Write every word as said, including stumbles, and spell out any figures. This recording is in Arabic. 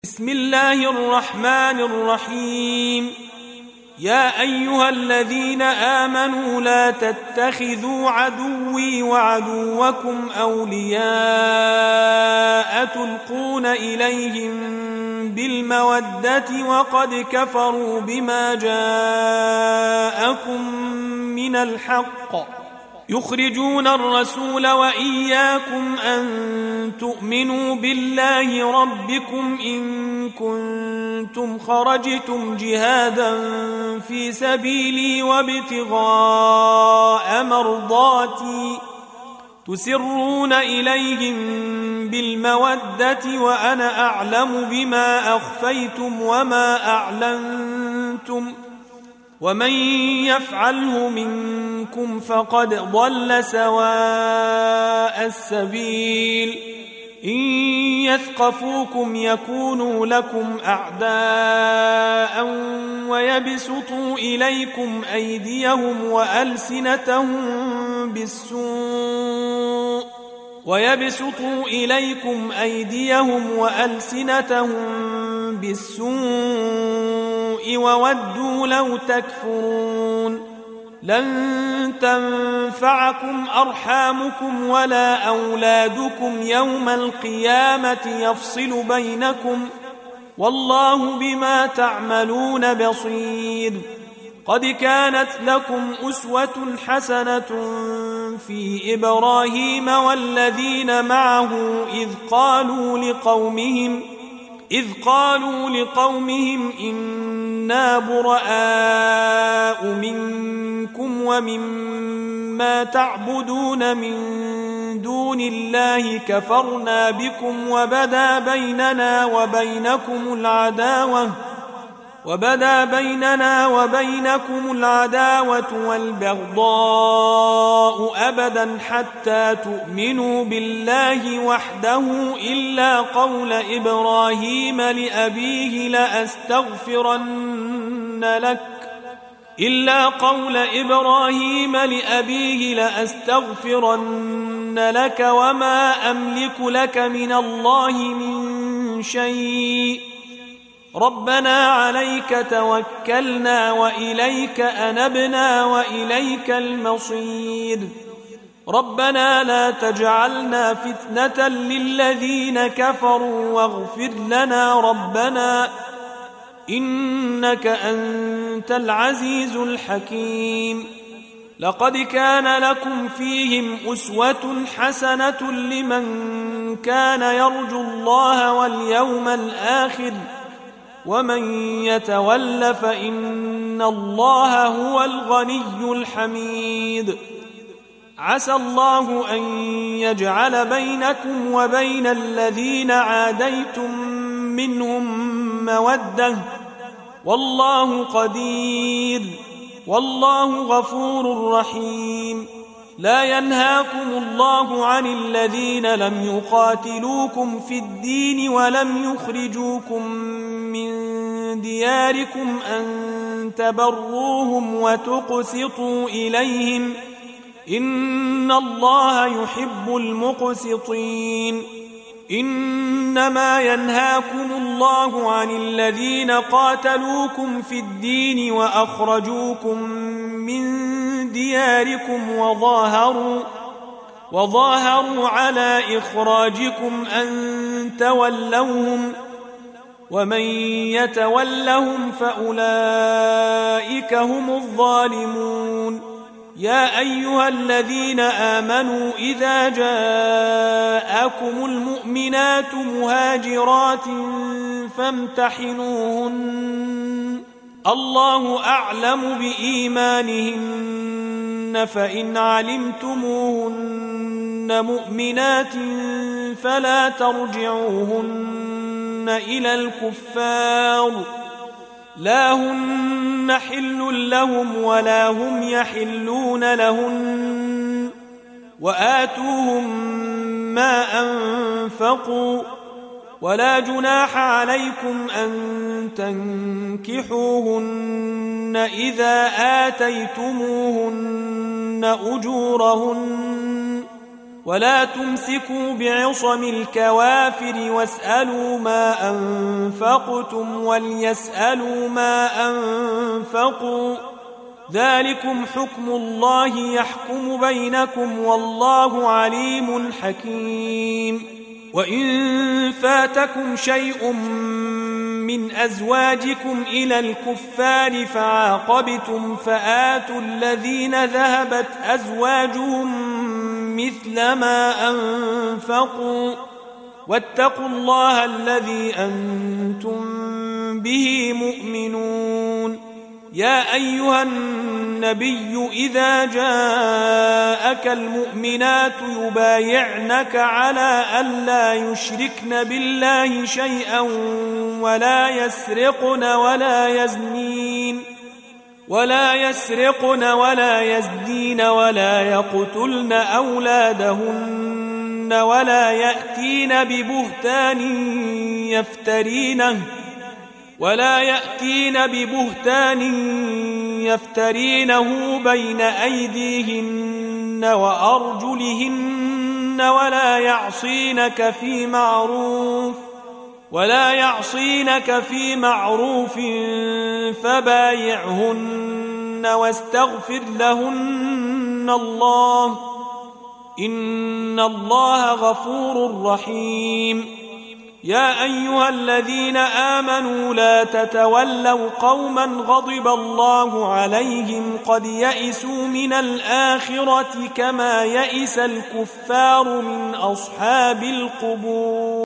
بسم الله الرحمن الرحيم. يا أيها الذين آمنوا لا تتخذوا عدوي وعدوكم أولياء تلقون إليهم بالمودة وقد كفروا بما جاءكم من الحق يخرجون الرسول وإياكم أن تؤمنوا بالله ربكم إن كنتم خرجتم جهادا في سبيلي وابتغاء مرضاتي تسرون إليهم بالمودة وأنا أعلم بما أخفيتم وما أعلنتم ومن يفعله منكم فقد ضل سواء السبيل. إن يثقفوكم يكونوا لكم أعداء ويبسطوا إليكم أيديهم وألسنتهم بالسوء ويبسطوا إليكم أيديهم وألسنتهم بالسوء وودوا لو تكفرون. لن تنفعكم أرحامكم ولا أولادكم يوم القيامة يفصل بينكم والله بما تعملون بصير. قد كانت لكم أسوة حسنة في إبراهيم والذين معه إذ قالوا لقومهم إذ قالوا لقومهم إنا براء منكم ومما تعبدون من دون الله كفرنا بكم وبدا بيننا وبينكم العداوة وبدا بيننا وبينكم العداوة والبغضاء أبدا حتى تؤمنوا بالله وحده إلا قول إبراهيم لأبيه لأستغفرن لك إلا قول إبراهيم لأبيه لأستغفرن لك وما أملك لك من الله من شيء ربنا عليك توكلنا وإليك أنبنا وإليك المصير. ربنا لا تجعلنا فتنة للذين كفروا واغفر لنا ربنا إنك أنت العزيز الحكيم. لقد كان لكم فيهم أسوة حسنة لمن كان يرجو الله واليوم الآخر ومن يتول فإن الله هو الغني الحميد. عسى الله أن يجعل بينكم وبين الذين عاديتم منهم مودة والله قدير والله غفور رحيم. لا ينهاكم الله عن الذين لم يقاتلوكم في الدين ولم يخرجوكم من دياركم أن تبروهم وتقسطوا إليهم إن الله يحب المقسطين. إنما ينهاكم الله عن الذين قاتلوكم في الدين وأخرجوكم من دياركم وظاهروا وظاهروا على إخراجكم أن تولوهم ومن يتولهم فأولئك هم الظالمون. يا أيها الذين آمنوا إذا جاءكم المؤمنات مهاجرات فامتحنوهن الله أعلم بإيمانهن فإن علمتموهن مؤمنات فلا ترجعوهن إلى الكفار لا هن حل لهم ولا هم يحلون لهن وآتوهم ما أنفقوا ولا جناح عليكم أن تنكحوهن إذا آتيتموهن أجورهن ولا تمسكوا بعصم الكوافر واسألوا ما أنفقتم وليسألوا ما أنفقوا ذلكم حكم الله يحكم بينكم والله عليم حكيم. وإن فاتكم شيء من أزواجكم إلى الكفار فعاقبتم فآتوا الذين ذهبت أزواجهم مثل ما أنفقوا واتقوا الله الذي أنتم به مؤمنون. يا أيها النبي إذا جاءك المؤمنات يبايعنك على ألا يشركن بالله شيئا ولا يسرقن ولا يزنين ولا يسرقن ولا يزنين ولا يقتلن أولادهن ولا يأتين ببهتان يفترينه ولا يأتين ببهتان يفترينه بين أيديهن وأرجلهن ولا يعصينك في معروف ولا يعصينك في معروف فبايعهن واستغفر لهن الله إن الله غفور رحيم. يا أيها الذين آمنوا لا تتولوا قوما غضب الله عليهم قد يئسوا من الآخرة كما يئس الكفار من أصحاب القبور.